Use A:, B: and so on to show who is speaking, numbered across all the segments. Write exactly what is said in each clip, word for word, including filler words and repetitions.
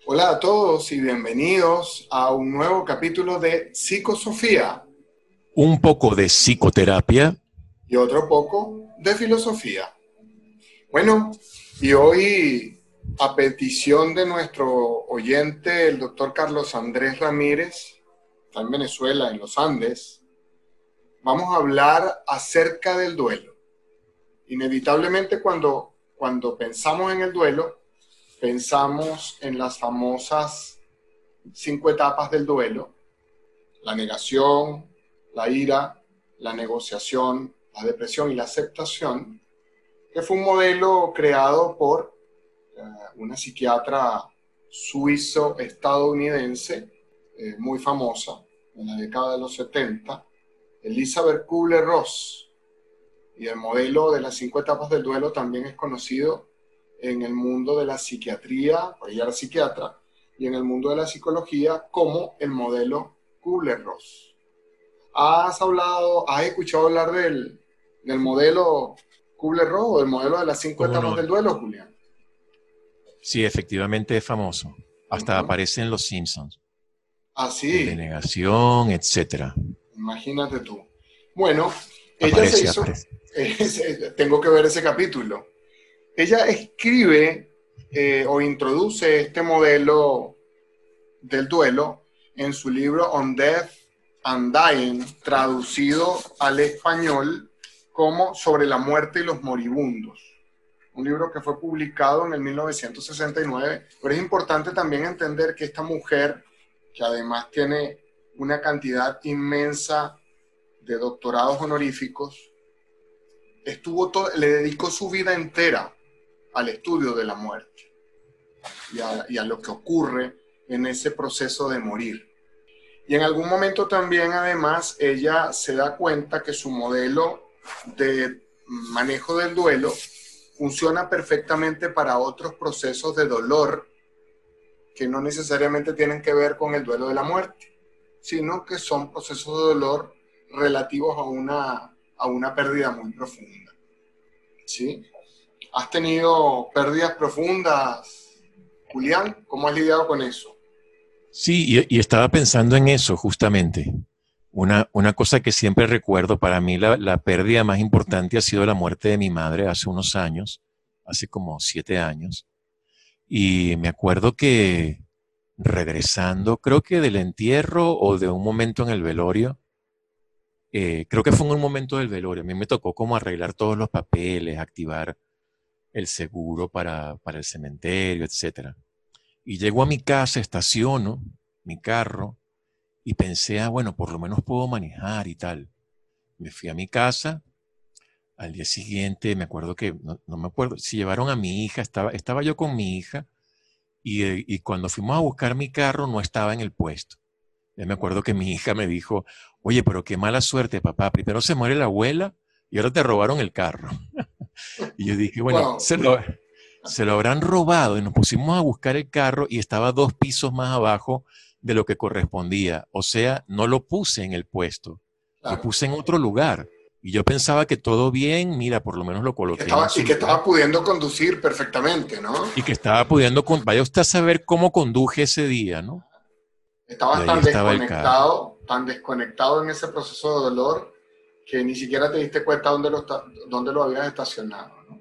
A: Hola a todos y bienvenidos a un nuevo capítulo de Psicosofía
B: Un poco de psicoterapia.
A: y otro poco de filosofía. Bueno, y hoy, a petición de nuestro oyente, el doctor Carlos Andrés Ramírez, está en Venezuela, en los Andes, vamos a hablar acerca del duelo. Inevitablemente cuando, cuando pensamos en el duelo, pensamos en las famosas cinco etapas del duelo: la negación, la ira, la negociación, la depresión y la aceptación, que fue un modelo creado por eh, una psiquiatra suizo-estadounidense eh, muy famosa en la década de los setenta, Elizabeth Kubler-Ross. Y el modelo de las cinco etapas del duelo también es conocido en el mundo de la psiquiatría, pues ella era psiquiatra, y en el mundo de la psicología como el modelo Kubler-Ross. ¿Has hablado, has escuchado hablar del, del modelo Kubler-Ross o del modelo de las cinco
B: ¿Cómo
A: etapas
B: no?
A: del duelo, Julián?
B: Sí, efectivamente es famoso. Hasta
A: Uh-huh.
B: aparece en Los Simpsons. El de
A: Así,
B: negación, etcétera.
A: imagínate tú. Bueno, ella se
B: Aparece,
A: hizo,
B: aparece.
A: eh, tengo que ver ese capítulo. Ella escribe eh, o introduce este modelo del duelo en su libro On Death and Dying, traducido al español como Sobre la muerte y los moribundos. Un libro que fue publicado en el mil novecientos sesenta y nueve, pero es importante también entender que esta mujer, que además tiene una cantidad inmensa de doctorados honoríficos, estuvo todo, le dedicó su vida entera al estudio de la muerte y a, y a lo que ocurre en ese proceso de morir. Y en algún momento también, además, ella se da cuenta que su modelo de manejo del duelo funciona perfectamente para otros procesos de dolor que no necesariamente tienen que ver con el duelo de la muerte, sino que son procesos de dolor relativos a una, a una pérdida muy profunda. ¿Sí? ¿Has tenido pérdidas profundas, Julián? ¿Cómo has lidiado con eso?
B: Sí, y, y estaba pensando en eso justamente. Una, una cosa que siempre recuerdo, para mí la, la pérdida más importante ha sido la muerte de mi madre hace unos años, hace como siete años. Y me acuerdo que regresando, creo que del entierro o de un momento en el velorio, eh, creo que fue en un momento del velorio. A mí me tocó como arreglar todos los papeles, activar el seguro para, para el cementerio, etcétera. Y llego a mi casa, estaciono mi carro y pensé, ah, bueno, por lo menos puedo manejar y tal. Me fui a mi casa. Al día siguiente, me acuerdo que, no, no me acuerdo, si llevaron a mi hija, estaba, estaba yo con mi hija y, eh, y cuando fuimos a buscar mi carro no estaba en el puesto. Yo me acuerdo que mi hija me dijo, oye, pero qué mala suerte, papá. Primero se muere la abuela y ahora te robaron el carro. Y yo dije, bueno,
A: Wow.
B: se lo, se lo habrán robado y nos pusimos a buscar el carro y estaba dos pisos más abajo de lo que correspondía. O sea, no lo puse en el puesto, lo
A: Claro.
B: puse en otro lugar. Y yo pensaba que todo bien, mira, por lo menos lo
A: Y que
B: coloqué en
A: estaba, y
B: su
A: que
B: lugar
A: estaba pudiendo conducir perfectamente, ¿no?
B: y que estaba pudiendo, con- vaya usted a saber cómo conduje ese día, ¿no? Y
A: Estabas
B: ahí
A: tan
B: estaba el carro.
A: desconectado, tan desconectado en ese proceso de dolor que ni siquiera te diste cuenta dónde lo, dónde lo habías estacionado, ¿no?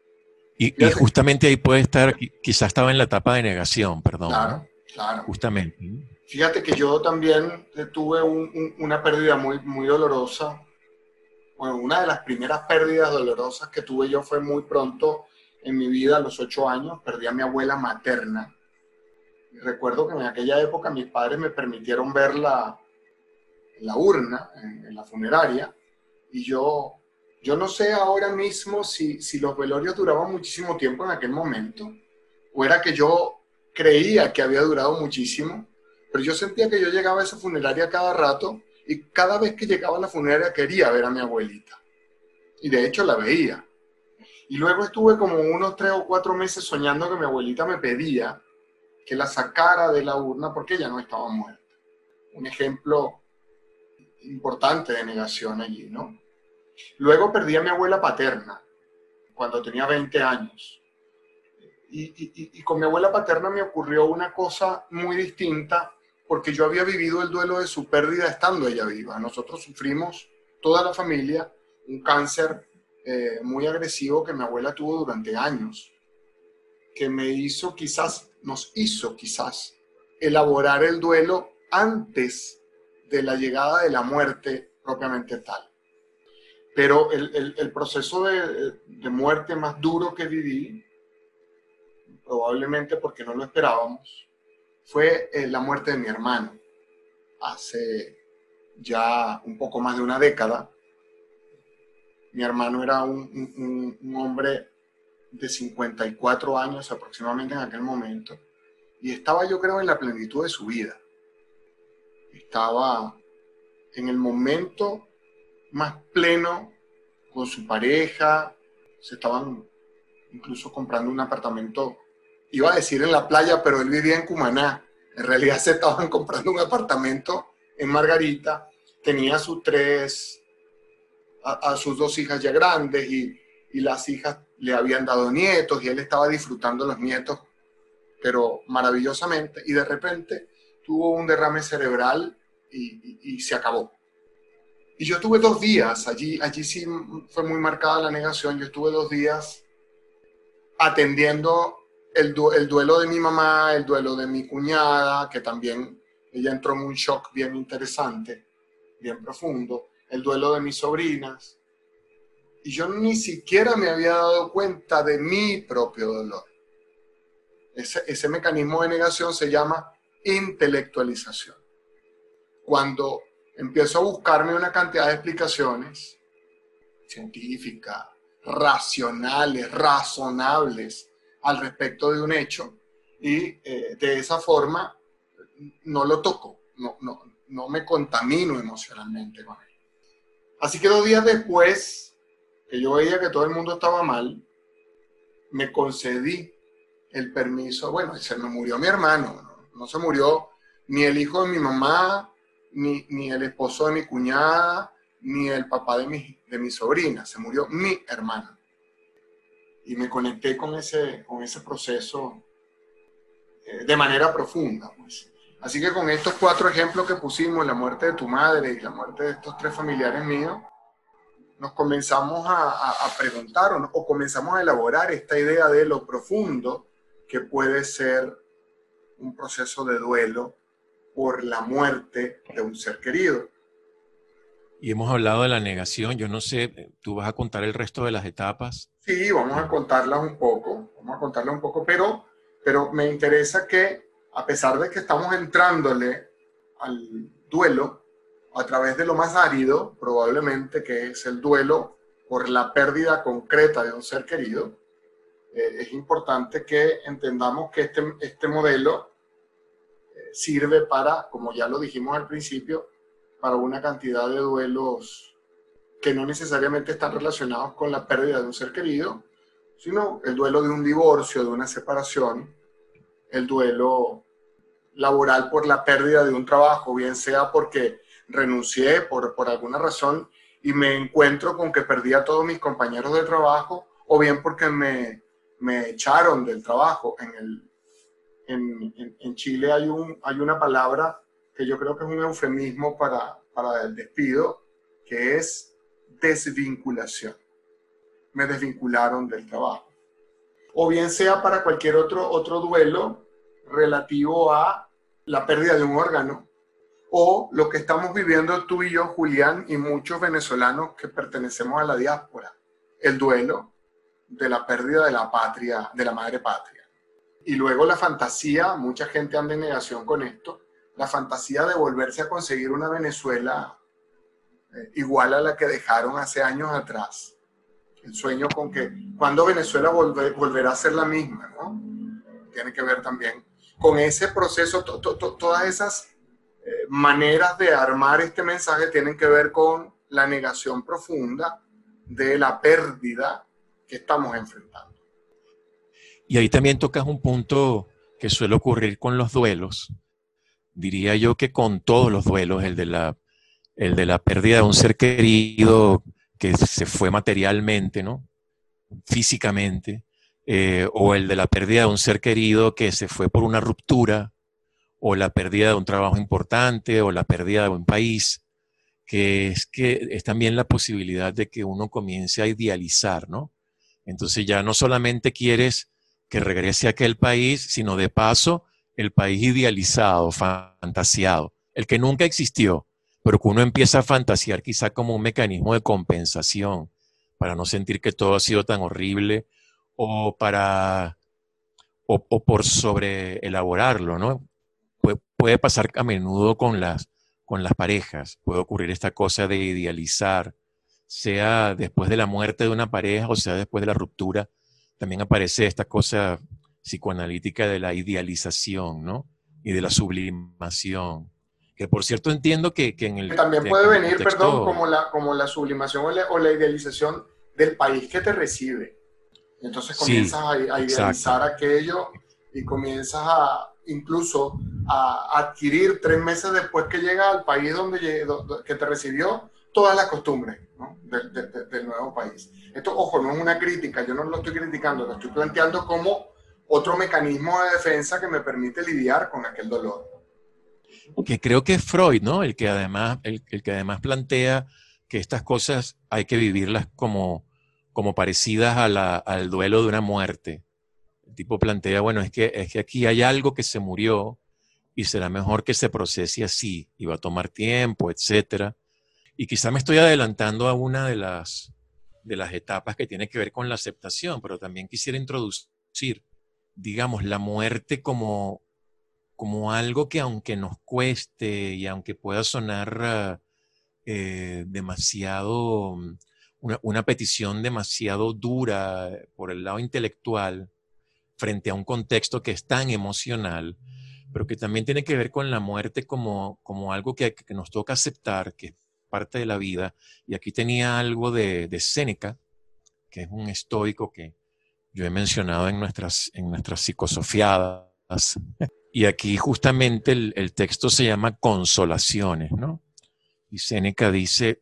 B: Y, y
A: Fíjate,
B: justamente ahí puede estar, qui- quizás estaba en la etapa de negación, perdón,
A: claro,
B: ¿no?
A: claro.
B: Justamente. ¿No?
A: Fíjate que yo también tuve un, un, una pérdida muy, muy dolorosa. Bueno, una de las primeras pérdidas dolorosas que tuve yo fue muy pronto en mi vida, a los ocho años. Perdí a mi abuela materna. Y recuerdo que en aquella época mis padres me permitieron ver la, la urna en, en la funeraria. Y yo, yo no sé ahora mismo si, si los velorios duraban muchísimo tiempo en aquel momento, o era que yo creía que había durado muchísimo, pero yo sentía que yo llegaba a esa funeraria cada rato y cada vez que llegaba a la funeraria quería ver a mi abuelita. Y de hecho la veía. Y luego estuve como unos tres o cuatro meses soñando que mi abuelita me pedía que la sacara de la urna porque ella no estaba muerta. Un ejemplo importante de negación allí, ¿no? Luego perdí a mi abuela paterna cuando tenía veinte años. y, y, y con mi abuela paterna me ocurrió una cosa muy distinta, porque yo había vivido el duelo de su pérdida estando ella viva. Nosotros sufrimos, toda la familia, un cáncer eh, muy agresivo que mi abuela tuvo durante años, que me hizo quizás, nos hizo quizás, elaborar el duelo antes de la llegada de la muerte propiamente tal. Pero el, el, el proceso de, de muerte más duro que viví, probablemente porque no lo esperábamos, fue eh, la muerte de mi hermano. Hace ya un poco más de una década. Mi hermano era un, un, un hombre de cincuenta y cuatro años aproximadamente en aquel momento, y estaba, yo creo, en la plenitud de su vida. Estaba en el momento más pleno con su pareja. Se estaban incluso comprando un apartamento, iba a decir en la playa, pero él vivía en Cumaná. En realidad se estaban comprando un apartamento en Margarita. Tenía a sus tres, a, a sus dos hijas ya grandes, y, y las hijas le habían dado nietos, y él estaba disfrutando los nietos, pero maravillosamente, y de repente tuvo un derrame cerebral y, y, y se acabó. Y yo estuve dos días, allí, allí sí fue muy marcada la negación. Yo estuve dos días atendiendo el, du el duelo de mi mamá, el duelo de mi cuñada, que también ella entró en un shock bien interesante, bien profundo, el duelo de mis sobrinas. Y yo ni siquiera me había dado cuenta de mi propio dolor. Ese, ese mecanismo de negación se llama intelectualización. Cuando empiezo a buscarme una cantidad de explicaciones científicas, racionales, razonables al respecto de un hecho, y eh, de esa forma no lo toco, no, no, no me contamino emocionalmente con él. Así que dos días después, que yo veía que todo el mundo estaba mal, me concedí el permiso. Bueno, se me murió mi hermano, no, no se murió ni el hijo de mi mamá, Ni, ni el esposo de mi cuñada, ni el papá de mi, de mi sobrina. Se murió mi hermano. Y me conecté con ese, con ese proceso eh, de manera profunda, pues. Así que con estos cuatro ejemplos que pusimos, la muerte de tu madre y la muerte de estos tres familiares míos, nos comenzamos a, a, a preguntar o, o comenzamos a elaborar esta idea de lo profundo que puede ser un proceso de duelo por la muerte de un ser querido.
B: Y hemos hablado de la negación. Yo no sé, ¿tú vas a contar el resto de las etapas?
A: Sí, vamos a contarlas un poco, vamos a contarlas un poco, pero, pero me interesa que, a pesar de que estamos entrándole al duelo a través de lo más árido, probablemente, que es el duelo por la pérdida concreta de un ser querido, eh, es importante que entendamos que este, este modelo sirve para, como ya lo dijimos al principio, para una cantidad de duelos que no necesariamente están relacionados con la pérdida de un ser querido, sino el duelo de un divorcio, de una separación, el duelo laboral por la pérdida de un trabajo, bien sea porque renuncié por, por alguna razón y me encuentro con que perdí a todos mis compañeros de trabajo, o bien porque me, me echaron del trabajo. En el En, en, en Chile hay, un, hay una palabra que yo creo que es un eufemismo para, para el despido, que es desvinculación. Me desvincularon del trabajo. O bien sea para cualquier otro, otro duelo relativo a la pérdida de un órgano, o lo que estamos viviendo tú y yo, Julián, y muchos venezolanos que pertenecemos a la diáspora, el duelo de la pérdida de la patria, de la madre patria. Y luego la fantasía, mucha gente anda en negación con esto, la fantasía de volverse a conseguir una Venezuela eh, igual a la que dejaron hace años atrás. El sueño con que cuando Venezuela volver, volverá a ser la misma, ¿no? Tiene que ver también con ese proceso. To, to, to, todas esas eh, maneras de armar este mensaje tienen que ver con la negación profunda de la pérdida que estamos enfrentando.
B: Y ahí también tocas un punto que suele ocurrir con los duelos. Diría yo que con todos los duelos, el de la, el de la pérdida de un ser querido que se fue materialmente, ¿no? Físicamente, eh, o el de la pérdida de un ser querido que se fue por una ruptura, o la pérdida de un trabajo importante, o la pérdida de un país, que es que es también la posibilidad de que uno comience a idealizar, ¿no? Entonces ya no solamente quieres que regrese a aquel país, sino de paso el país idealizado, fantasiado, el que nunca existió, pero que uno empieza a fantasear quizá como un mecanismo de compensación para no sentir que todo ha sido tan horrible o para o, o por sobreelaborarlo, ¿no? Puede, puede pasar a menudo con las, con las parejas, puede ocurrir esta cosa de idealizar, sea después de la muerte de una pareja o sea después de la ruptura, también aparece esta cosa psicoanalítica de la idealización, ¿no? Y de la sublimación. Que por cierto entiendo que, que en, el,
A: También puede
B: en el
A: venir, perdón,
B: contexto...
A: como la, como la sublimación o la, o la idealización del país que te recibe. Entonces
B: Sí,
A: comienzas a, a
B: exacto.
A: idealizar aquello y comienzas a incluso a adquirir tres meses después que llega al país donde, que te recibió todas las costumbres, ¿no? de, de, de, del nuevo país. Esto, ojo, no es una crítica, yo no lo estoy criticando, lo estoy planteando como otro mecanismo de defensa que me permite lidiar con aquel dolor.
B: Que creo que es Freud, ¿no? El que además, el, el que además plantea que estas cosas hay que vivirlas como, como parecidas a la, al duelo de una muerte. El tipo plantea, bueno, es que, es que aquí hay algo que se murió y será mejor que se procese así, y va a tomar tiempo, etcétera. Y quizá me estoy adelantando a una de las, de las etapas que tiene que ver con la aceptación, pero también quisiera introducir, digamos, la muerte como, como algo que aunque nos cueste y aunque pueda sonar eh, demasiado, una, una petición demasiado dura por el lado intelectual, frente a un contexto que es tan emocional, pero que también tiene que ver con la muerte como, como algo que, que nos toca aceptar, que es parte de la vida. Y aquí tenía algo de, de Séneca, que es un estoico que yo he mencionado en nuestras, en nuestras psicosofiadas. Y aquí justamente el, el texto se llama Consolaciones, ¿no? Y Séneca dice,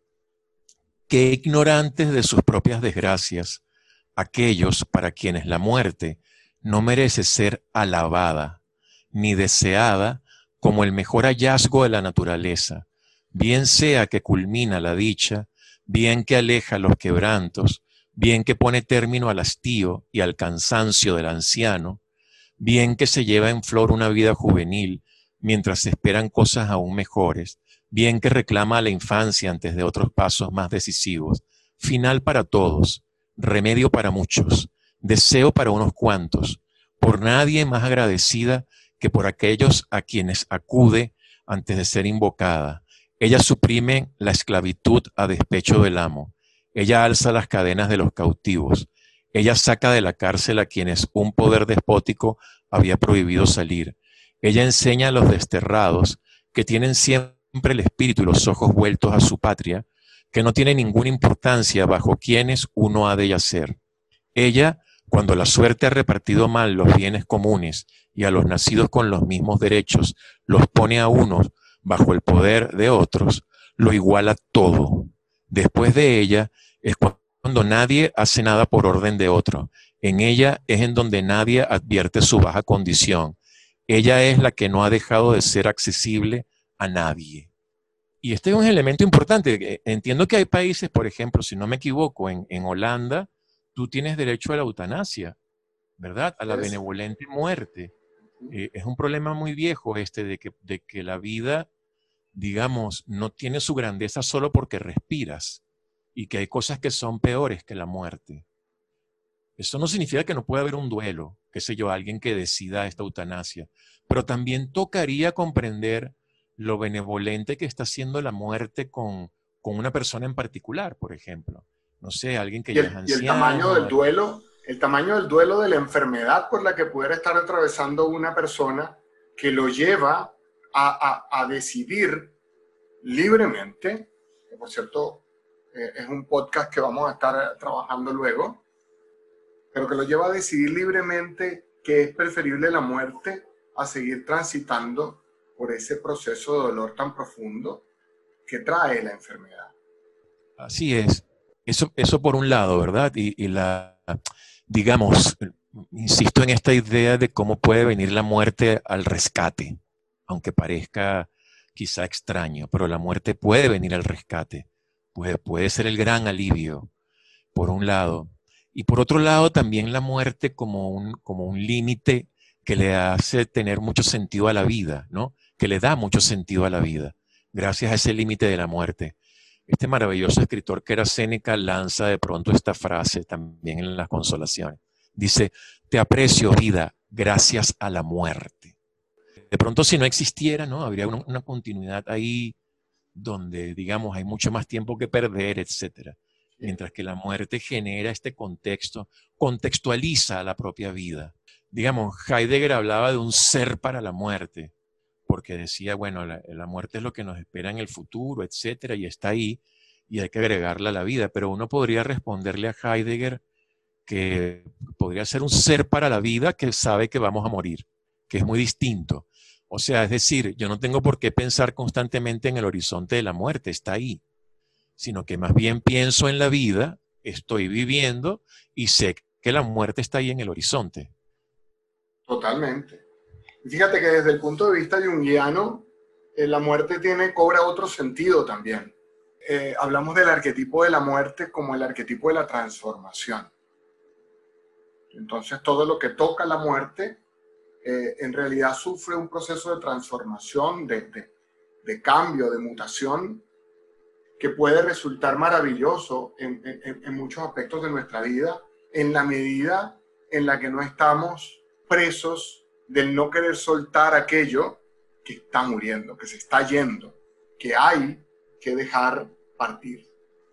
B: qué ignorantes de sus propias desgracias, aquellos para quienes la muerte no merece ser alabada ni deseada como el mejor hallazgo de la naturaleza, bien sea que culmina la dicha, bien que aleja los quebrantos, bien que pone término al hastío y al cansancio del anciano, bien que se lleva en flor una vida juvenil mientras se esperan cosas aún mejores, bien que reclama a la infancia antes de otros pasos más decisivos, final para todos, remedio para muchos, deseo para unos cuantos, por nadie más agradecida que por aquellos a quienes acude antes de ser invocada. Ella suprime la esclavitud a despecho del amo. Ella alza las cadenas de los cautivos. Ella saca de la cárcel a quienes un poder despótico había prohibido salir. Ella enseña a los desterrados que tienen siempre el espíritu y los ojos vueltos a su patria, que no tiene ninguna importancia bajo quienes uno ha de yacer. Ella, cuando la suerte ha repartido mal los bienes comunes y a los nacidos con los mismos derechos los pone a unos bajo el poder de otros, lo iguala todo. Después de ella es cuando nadie hace nada por orden de otro. En ella es en donde nadie advierte su baja condición. Ella es la que no ha dejado de ser accesible a nadie. Y este es un elemento importante. Entiendo que hay países, por ejemplo, si no me equivoco, en, en Holanda, tú tienes derecho a la eutanasia, ¿verdad? A la
A: Es,
B: benevolente muerte. Eh, es un problema muy viejo este de que, de que la vida, digamos, no tiene su grandeza solo porque respiras y que hay cosas que son peores que la muerte. Eso no significa que no pueda haber un duelo, qué sé yo, alguien que decida esta eutanasia, pero también tocaría comprender lo benevolente que está haciendo la muerte con, con una persona en particular, por ejemplo. No sé, alguien que
A: y,
B: ya es
A: el, y el tamaño
B: anciano.
A: del duelo, el tamaño del duelo de la enfermedad por la que pudiera estar atravesando una persona que lo lleva a, a, a decidir libremente, que por cierto eh, es un podcast que vamos a estar trabajando luego, pero que lo lleva a decidir libremente que es preferible la muerte a seguir transitando por ese proceso de dolor tan profundo que trae la enfermedad.
B: Así es. Eso, eso por un lado, ¿verdad? Y, y la, digamos, insisto en esta idea de cómo puede venir la muerte al rescate, aunque parezca quizá extraño, pero la muerte puede venir al rescate, puede, puede ser el gran alivio, por un lado. Y por otro lado, también la muerte como un, como un límite que le hace tener mucho sentido a la vida, ¿no? Que le da mucho sentido a la vida, gracias a ese límite de la muerte. Este maravilloso escritor que era Séneca lanza de pronto esta frase también en las Consolaciones. Dice, te aprecio vida gracias a la muerte. De pronto si no existiera, ¿no? Habría una, una continuidad ahí donde, digamos, hay mucho más tiempo que perder, etcétera. Mientras que la muerte genera este contexto, contextualiza la propia vida. Digamos, Heidegger hablaba de un ser para la muerte, porque decía, bueno, la, la muerte es lo que nos espera en el futuro, etcétera, y está ahí, y hay que agregarla a la vida. Pero uno podría responderle a Heidegger que podría ser un ser para la vida que sabe que vamos a morir, que es muy distinto. O sea, es decir, yo no tengo por qué pensar constantemente en el horizonte de la muerte, está ahí, sino que más bien pienso en la vida, estoy viviendo y sé que la muerte está ahí en el horizonte.
A: Totalmente. Y fíjate que desde el punto de vista junguiano, eh, la muerte tiene, cobra otro sentido también. Eh, hablamos del arquetipo de la muerte como el arquetipo de la transformación. Entonces todo lo que toca la muerte eh, en realidad sufre un proceso de transformación, de, de, de cambio, de mutación, que puede resultar maravilloso en, en, en muchos aspectos de nuestra vida, en la medida en la que no estamos presos del no querer soltar aquello que está muriendo, que se está yendo, que hay que dejar partir.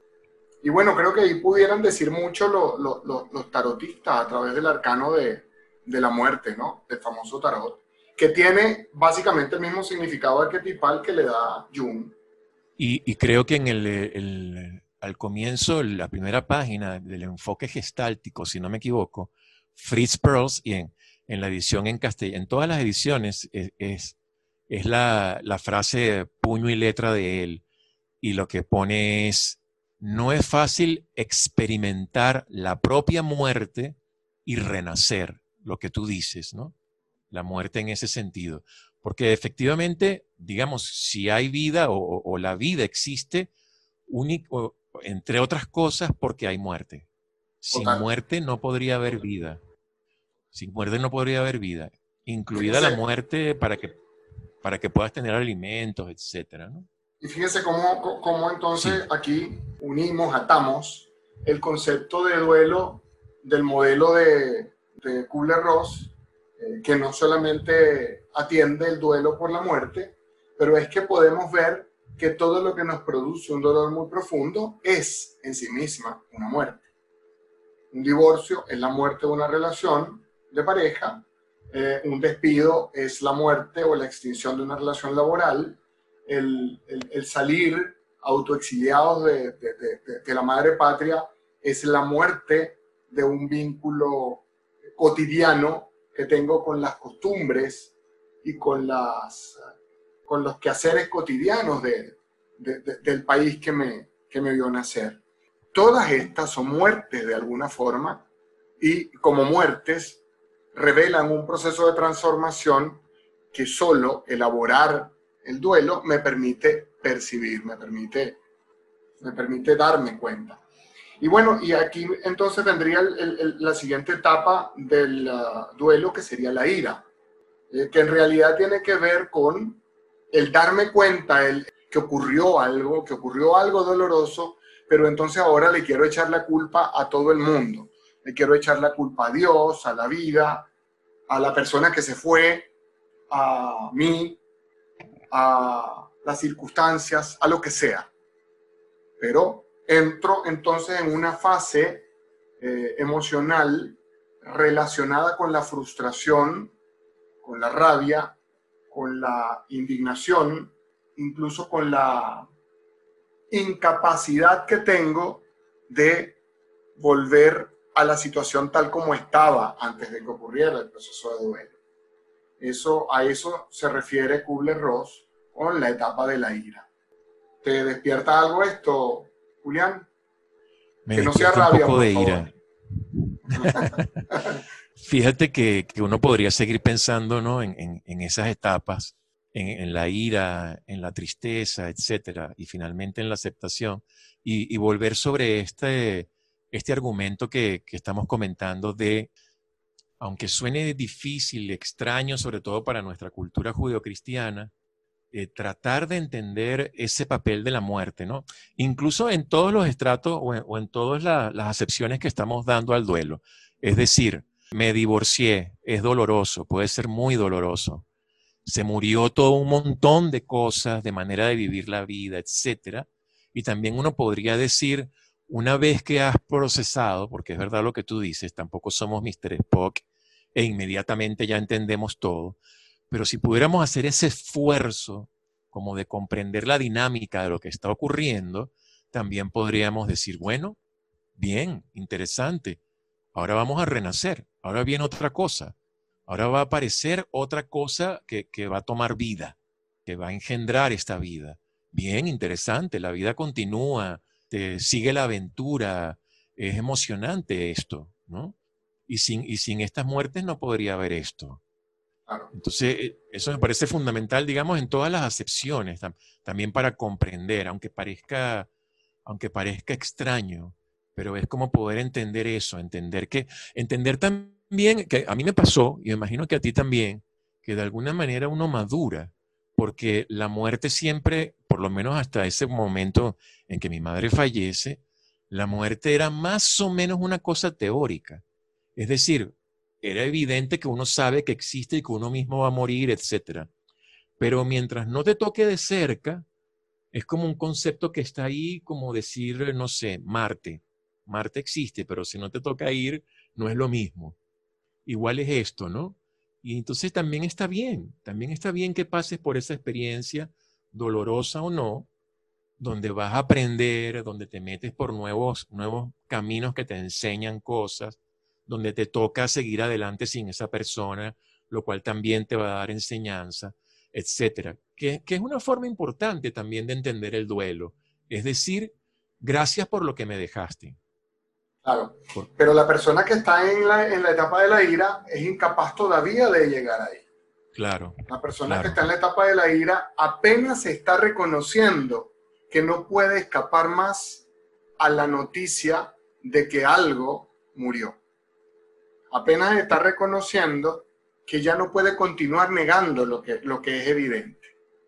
A: Y bueno, creo que ahí pudieran decir mucho lo, lo, lo, los tarotistas a través del arcano de, de la muerte, ¿no? Del famoso tarot, que tiene básicamente el mismo significado arquetipal que le da Jung.
B: Y, y creo que en el, el, al comienzo, la primera página del enfoque gestáltico, si no me equivoco, Fritz Perls, y en, en la edición en castellano, en todas las ediciones, es, es, es la, la frase puño y letra de él. Y lo que pone es, no es fácil experimentar la propia muerte y renacer, lo que tú dices, ¿no? La muerte en ese sentido. Porque efectivamente, digamos, si hay vida o, o la vida existe, único, entre otras cosas, porque hay muerte. Sin
A: Total.
B: muerte no podría haber vida. Sin muerte no podría haber vida. Incluida la
A: Fíjense,
B: muerte para que, para que puedas tener alimentos, etcétera, ¿no?
A: y fíjense cómo, cómo entonces
B: Sí.
A: aquí unimos, atamos el concepto de duelo del modelo de, de Kubler-Ross, eh, que no solamente atiende el duelo por la muerte, pero es que podemos ver que todo lo que nos produce un dolor muy profundo es en sí misma una muerte. Un divorcio es la muerte de una relación de pareja, eh, un despido es la muerte o la extinción de una relación laboral, el, el, el salir autoexiliados de, de, de, de la madre patria es la muerte de un vínculo cotidiano que tengo con las costumbres y con, las, con los quehaceres cotidianos de, de, de, del país que me, que me vio nacer. Todas estas son muertes de alguna forma y como muertes revelan un proceso de transformación que solo elaborar el duelo me permite percibir, me permite, me permite darme cuenta. Y bueno, y aquí entonces vendría el, el, la siguiente etapa del uh, duelo, que sería la ira, eh, que en realidad tiene que ver con el darme cuenta el, que ocurrió algo, que ocurrió algo doloroso, pero entonces ahora le quiero echar la culpa a todo el mundo. Le quiero echar la culpa a Dios, a la vida, a la persona que se fue, a mí, a las circunstancias, a lo que sea. Pero entro entonces en una fase eh, emocional relacionada con la frustración, con la rabia, con la indignación, incluso con la incapacidad que tengo de volver a la situación tal como estaba antes de que ocurriera el proceso de duelo. Eso, a eso se refiere Kubler-Ross con la etapa de la ira. ¿Te despierta algo esto, Julián?
B: Me
A: Que no sea
B: despierta un
A: rabia,
B: poco
A: por
B: de
A: favor.
B: ira. Fíjate que, que uno podría seguir pensando, ¿no? en, en- en esas etapas, en, en la ira, en la tristeza, etcétera, y finalmente en la aceptación, y, y volver sobre este, este argumento que, que estamos comentando de, aunque suene difícil, extraño, sobre todo para nuestra cultura judeocristiana, eh, tratar de entender ese papel de la muerte, ¿no? Incluso en todos los estratos o en, o en todas la- las acepciones que estamos dando al duelo. Es decir, me divorcié, es doloroso, puede ser muy doloroso. Se murió todo un montón de cosas, de manera de vivir la vida, etcétera. Y también uno podría decir, una vez que has procesado, porque es verdad lo que tú dices, tampoco somos míster Spock e inmediatamente ya entendemos todo, pero si pudiéramos hacer ese esfuerzo como de comprender la dinámica de lo que está ocurriendo, también podríamos decir, bueno, bien, interesante, ahora vamos a renacer, ahora viene otra cosa, ahora va a aparecer otra cosa que, que va a tomar vida, que va a engendrar esta vida. Bien, interesante, la vida continúa, te sigue la aventura, es emocionante esto, ¿no? Y sin, y sin estas muertes no podría haber esto.
A: Claro.
B: Entonces, eh, eso me parece fundamental, digamos, en todas las acepciones, tam- también para comprender, aunque parezca, aunque parezca extraño, pero es como poder entender eso, entender que, entender también, que a mí me pasó, y me imagino que a ti también, que de alguna manera uno madura, porque la muerte siempre, por lo menos hasta ese momento en que mi madre fallece, la muerte era más o menos una cosa teórica. Es decir, era evidente que uno sabe que existe y que uno mismo va a morir, etcétera. Pero mientras no te toque de cerca, es como un concepto que está ahí, como decir, no sé, Marte. Marte existe, pero si no te toca ir, no es lo mismo. Igual es esto, ¿no? Y entonces también está bien, también está bien que pases por esa experiencia, dolorosa o no, donde vas a aprender, donde te metes por nuevos, nuevos caminos que te enseñan cosas, donde te toca seguir adelante sin esa persona, lo cual también te va a dar enseñanza, etcétera. Que, que es una forma importante también de entender el duelo. Es decir, gracias por lo que me dejaste.
A: Claro.
B: Por,
A: Pero la persona que está en la, en la etapa de la ira es incapaz todavía de llegar ahí.
B: claro,
A: La persona que
B: claro,
A: está en la etapa de la ira apenas se está reconociendo que no puede escapar más a la noticia de que algo murió. Apenas está reconociendo que ya no puede continuar negando lo que, lo que es evidente.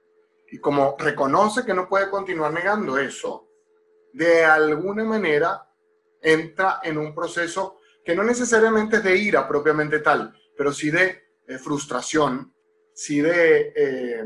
A: Y como reconoce que no puede continuar negando eso, de alguna manera entra en un proceso que no necesariamente es de ira propiamente tal, pero sí de eh, frustración, sí de, eh,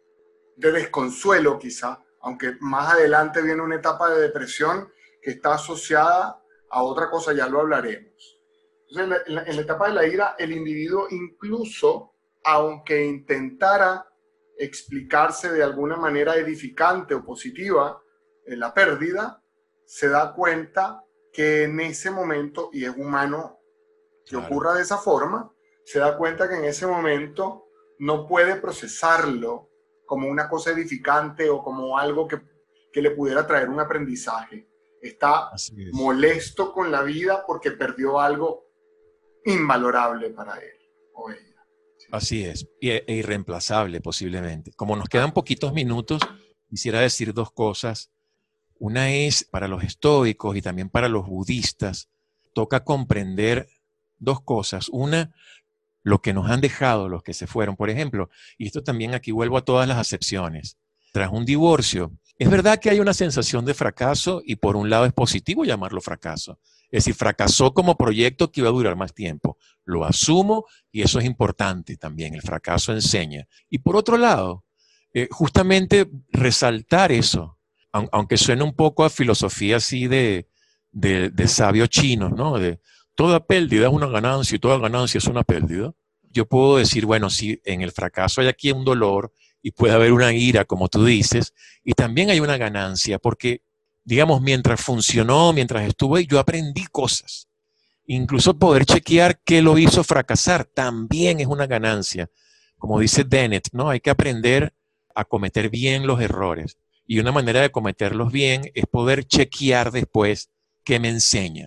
A: de desconsuelo quizá, aunque más adelante viene una etapa de depresión que está asociada a otra cosa, ya lo hablaremos. Entonces, en la, en la, en la etapa de la ira, el individuo incluso, aunque intentara explicarse de alguna manera edificante o positiva en la pérdida, se da cuenta que en ese momento, y es humano que
B: claro.
A: ocurra de esa forma, se da cuenta que en ese momento no puede procesarlo como una cosa edificante o como algo que, que le pudiera traer un aprendizaje. Está
B: Así es.
A: molesto con la vida porque perdió algo invalorable para él o ella. Sí.
B: Así es. Y, e irreemplazable posiblemente. Como nos quedan
A: Claro.
B: poquitos minutos, quisiera decir dos cosas. Una es para los estoicos y también para los budistas, toca comprender dos cosas. Una, lo que nos han dejado los que se fueron, por ejemplo, y esto también aquí vuelvo a todas las acepciones. Tras un divorcio, es verdad que hay una sensación de fracaso y por un lado es positivo llamarlo fracaso. Es decir, fracasó como proyecto que iba a durar más tiempo. Lo asumo y eso es importante también. El fracaso enseña. Y por otro lado, eh, justamente resaltar eso, aunque suene un poco a filosofía así de, de, de sabios chinos, ¿no? De toda pérdida es una ganancia y toda ganancia es una pérdida. Yo puedo decir, bueno, sí, en el fracaso hay aquí un dolor y puede haber una ira, como tú dices, y también hay una ganancia, porque, digamos, mientras funcionó, mientras estuve, yo aprendí cosas. Incluso poder chequear qué lo hizo fracasar también es una ganancia. Como dice Dennett, ¿no? Hay que aprender a cometer bien los errores. Y una manera de cometerlos bien es poder chequear después qué me enseña.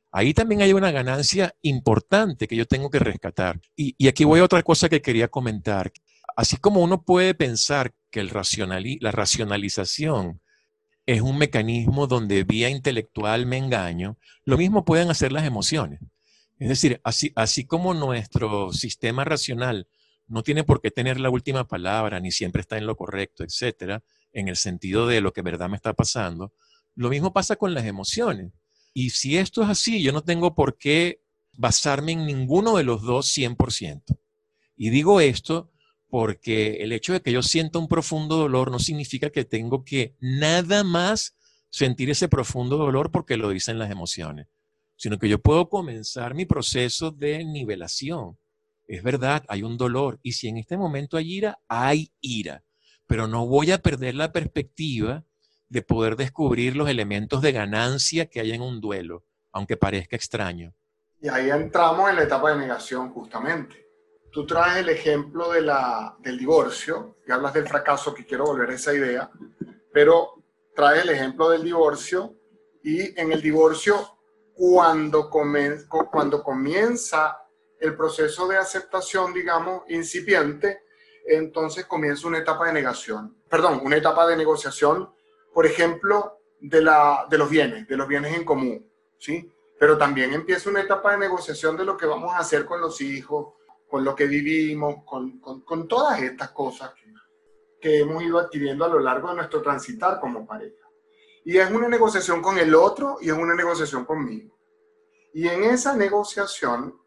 B: Ahí también hay una ganancia importante que yo tengo que rescatar. Y, y aquí voy a otra cosa que quería comentar. Así como uno puede pensar que el racionali- la racionalización es un mecanismo donde vía intelectual me engaño, lo mismo pueden hacer las emociones. Es decir, así, así como nuestro sistema racional no tiene por qué tener la última palabra, ni siempre está en lo correcto, etcétera, en el sentido de lo que verdad me está pasando, lo mismo pasa con las emociones. Y si esto es así, yo no tengo por qué basarme en ninguno de los dos cien por ciento. Y digo esto porque el hecho de que yo sienta un profundo dolor no significa que tengo que nada más sentir ese profundo dolor porque lo dicen las emociones, sino que yo puedo comenzar mi proceso de nivelación. Es verdad, hay un dolor, y si en este momento hay ira, hay ira, pero no voy a perder la perspectiva de poder descubrir los elementos de ganancia que hay en un duelo, aunque parezca extraño.
A: Y ahí entramos en la etapa de negación, justamente. Tú traes el ejemplo de la, del divorcio, y hablas del fracaso, que quiero volver a esa idea, pero traes el ejemplo del divorcio, y en el divorcio, cuando, comen, cuando comienza el proceso de aceptación, digamos, incipiente, entonces comienza una etapa de negación, perdón, una etapa de negociación, por ejemplo, de, la, de los bienes, de los bienes en común, ¿sí? Pero también empieza una etapa de negociación de lo que vamos a hacer con los hijos, con lo que vivimos, con, con, con todas estas cosas que, que hemos ido adquiriendo a lo largo de nuestro transitar como pareja. Y es una negociación con el otro y es una negociación conmigo. Y en esa negociación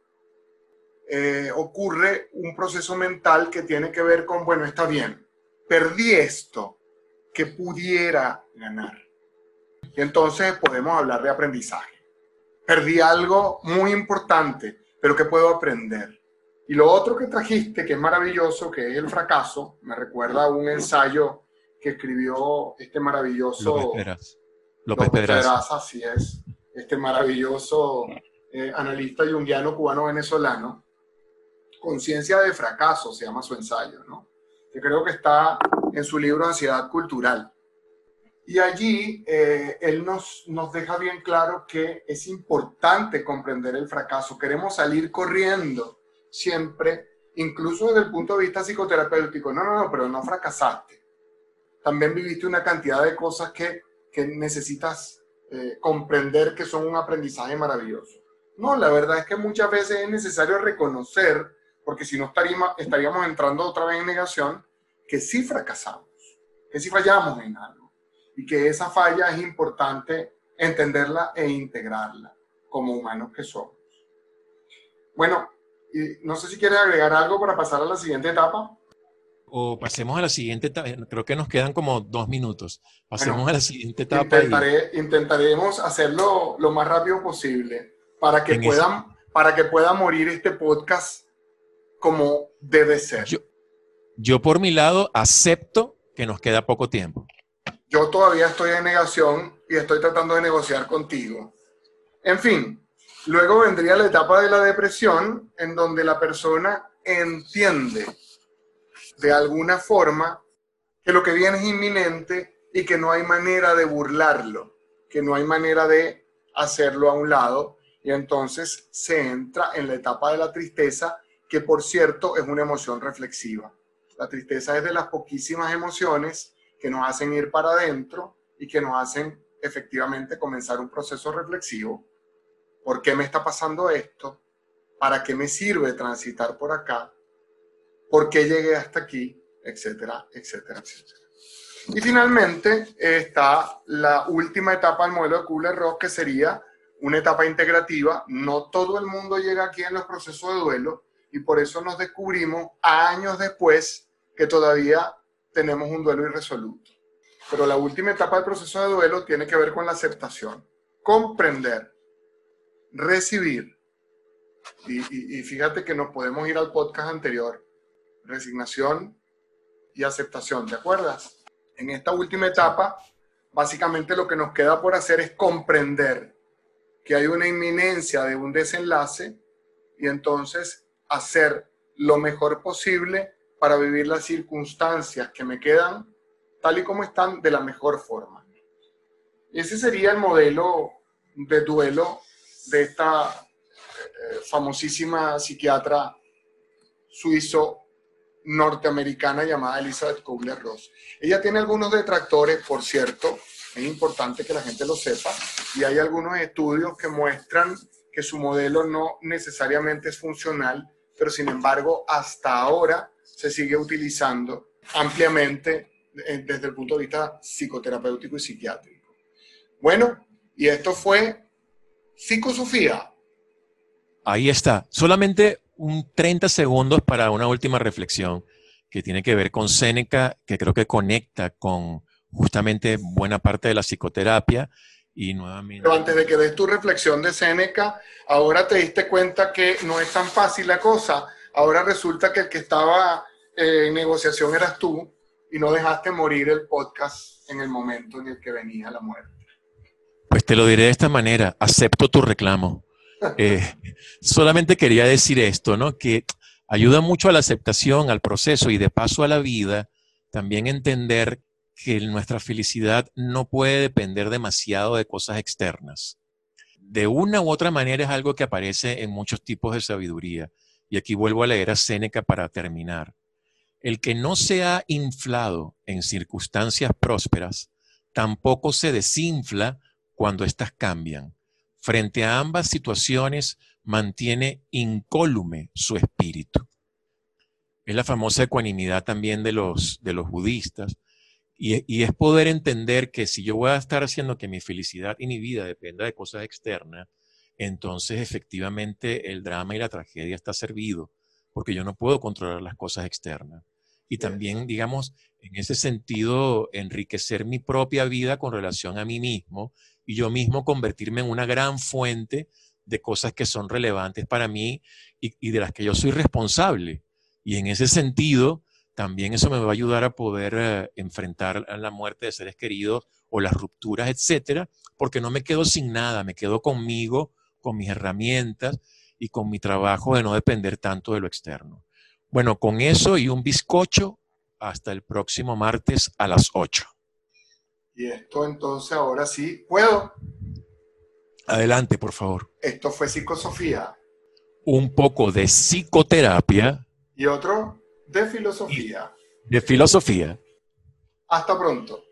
A: eh, ocurre un proceso mental que tiene que ver con, bueno, está bien, perdí esto que pudiera ganar. Y entonces podemos hablar de aprendizaje. Perdí algo muy importante, pero ¿qué puedo aprender? Y lo otro que trajiste, que es maravilloso, que es el fracaso, me recuerda a un ensayo que escribió este maravilloso
B: López Pedraza. López
A: López
B: Pedraza.
A: Pedraza, así es, este maravilloso eh, analista junguiano cubano-venezolano. Conciencia de fracaso se llama su ensayo, ¿no? Que creo que está en su libro Ansiedad Cultural. Y allí eh, él nos, nos deja bien claro que es importante comprender el fracaso. Queremos salir corriendo siempre, incluso desde el punto de vista psicoterapéutico. No, no, no, pero no fracasaste. También viviste una cantidad de cosas que, que necesitas eh, comprender que son un aprendizaje maravilloso. No, la verdad es que muchas veces es necesario reconocer, porque si no estaríamos, estaríamos entrando otra vez en negación, que sí fracasamos, que sí fallamos en algo. Y que esa falla es importante entenderla e integrarla como humanos que somos. Bueno, y no sé si quieres agregar algo para pasar a la siguiente etapa.
B: O pasemos a la siguiente etapa, creo que nos quedan como dos minutos. Pasemos
A: Bueno,
B: a la siguiente etapa y
A: intentaré, intentaremos hacerlo lo más rápido posible para que
B: en ese,
A: puedan, para que pueda morir este podcast como debe ser.
B: yo, yo por mi lado acepto que nos queda poco tiempo.
A: Yo todavía estoy en negación y estoy tratando de negociar contigo. En fin, luego vendría la etapa de la depresión, en donde la persona entiende de alguna forma que lo que viene es inminente y que no hay manera de burlarlo, que no hay manera de hacerlo a un lado, y entonces se entra en la etapa de la tristeza, que por cierto es una emoción reflexiva. La tristeza es de las poquísimas emociones que nos hacen ir para adentro y que nos hacen efectivamente comenzar un proceso reflexivo. ¿Por qué me está pasando esto? ¿Para qué me sirve transitar por acá? ¿Por qué llegué hasta aquí? Etcétera, etcétera, etcétera. Y finalmente está la última etapa del modelo de Kubler-Ross, que sería una etapa integrativa. No todo el mundo llega aquí en los procesos de duelo y por eso nos descubrimos años después que todavía tenemos un duelo irresoluto. Pero la última etapa del proceso de duelo tiene que ver con la aceptación, comprender, recibir. Y, y, y fíjate que nos podemos ir al podcast anterior, resignación y aceptación, ¿te acuerdas? En esta última etapa, básicamente lo que nos queda por hacer es comprender que hay una inminencia de un desenlace y entonces hacer lo mejor posible para vivir las circunstancias que me quedan tal y como están de la mejor forma. Ese sería el modelo de duelo de esta eh, famosísima psiquiatra suizo-norteamericana llamada Elizabeth Kubler-Ross. Ella tiene algunos detractores, por cierto, es importante que la gente lo sepa, y hay algunos estudios que muestran que su modelo no necesariamente es funcional, pero sin embargo hasta ahora se sigue utilizando ampliamente desde el punto de vista psicoterapéutico y psiquiátrico. Bueno, y esto fue Psicosofía.
B: Ahí está. Solamente un treinta segundos para una última reflexión que tiene que ver con Séneca, que creo que conecta con justamente buena parte de la psicoterapia. Y nuevamente...
A: Pero antes de que des tu reflexión de Séneca, ahora te diste cuenta que no es tan fácil la cosa. Ahora resulta que el que estaba eh, en negociación eras tú y no dejaste morir el podcast en el momento en el que venía la muerte.
B: Pues te lo diré de esta manera, acepto tu reclamo. Eh, solamente quería decir esto, ¿no? Que ayuda mucho a la aceptación, al proceso y de paso a la vida, también entender que nuestra felicidad no puede depender demasiado de cosas externas. De una u otra manera es algo que aparece en muchos tipos de sabiduría. Y aquí vuelvo a leer a Séneca para terminar. El que no se ha inflado en circunstancias prósperas, tampoco se desinfla cuando éstas cambian. Frente a ambas situaciones, mantiene incólume su espíritu. Es la famosa ecuanimidad también de los, de los budistas. Y, y es poder entender que si yo voy a estar haciendo que mi felicidad y mi vida dependa de cosas externas, entonces efectivamente el drama y la tragedia está servido, porque yo no puedo controlar las cosas externas. Y también, digamos, en ese sentido, enriquecer mi propia vida con relación a mí mismo y yo mismo convertirme en una gran fuente de cosas que son relevantes para mí y, y de las que yo soy responsable. Y en ese sentido, también eso me va a ayudar a poder eh, enfrentar a la muerte de seres queridos o las rupturas, etcétera, porque no me quedo sin nada, me quedo conmigo, con mis herramientas y con mi trabajo de no depender tanto de lo externo. Bueno, con eso y un bizcocho, hasta el próximo martes a las ocho.
A: Y esto entonces ahora sí, ¿puedo?
B: Adelante, por favor.
A: Esto fue Psicosofía.
B: Un poco de psicoterapia.
A: Y otro de filosofía.
B: De filosofía.
A: Hasta pronto.